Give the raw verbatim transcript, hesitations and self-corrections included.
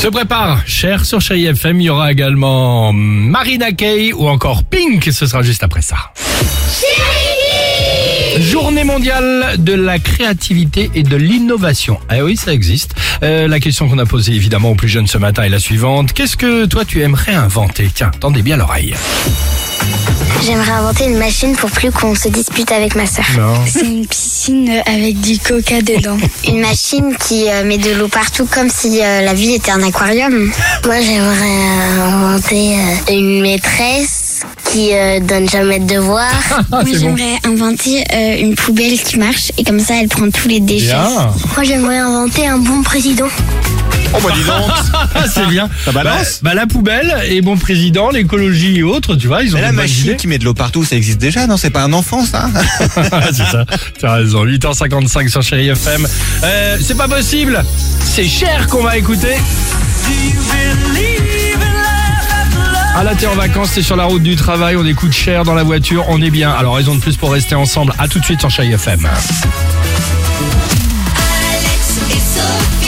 Se prépare, Cher sur Chérie F M, il y aura également Marina Kaye ou encore Pink, ce sera juste après ça. Journée mondiale de la créativité et de l'innovation. Ah oui, ça existe. Euh, la question qu'on a posée évidemment aux plus jeunes ce matin est la suivante. Qu'est-ce que toi tu aimerais inventer? Tiens, tendez bien l'oreille. J'aimerais inventer une machine pour plus qu'on se dispute avec ma sœur. Non. C'est une piscine avec du coca dedans. Une machine qui euh, met de l'eau partout comme si euh, la vie était un aquarium. Moi, j'aimerais euh, inventer euh, une maîtresse qui euh, donne jamais de devoirs. Moi, C'est bon. j'aimerais inventer euh, une poubelle qui marche et comme ça, elle prend tous les déchets. Bien. Moi, j'aimerais inventer un bon président. Oh bah dis donc. Ah, c'est bien. Ça balance. Bah, bah, la poubelle et bon président, l'écologie et autres, tu vois, ils ont Mais des la bonnes machine idées. qui met de l'eau partout, ça existe déjà, non? C'est pas un enfant, ça? C'est ça, tu as raison. huit heures cinquante-cinq sur Chérie F M. Euh, c'est pas possible. C'est Cher qu'on va écouter. Ah là, t'es en vacances, t'es sur la route du travail, on écoute Cher dans la voiture, on est bien. Alors, raison de plus pour rester ensemble. À tout de suite sur Chérie F M. Alex et Sophie.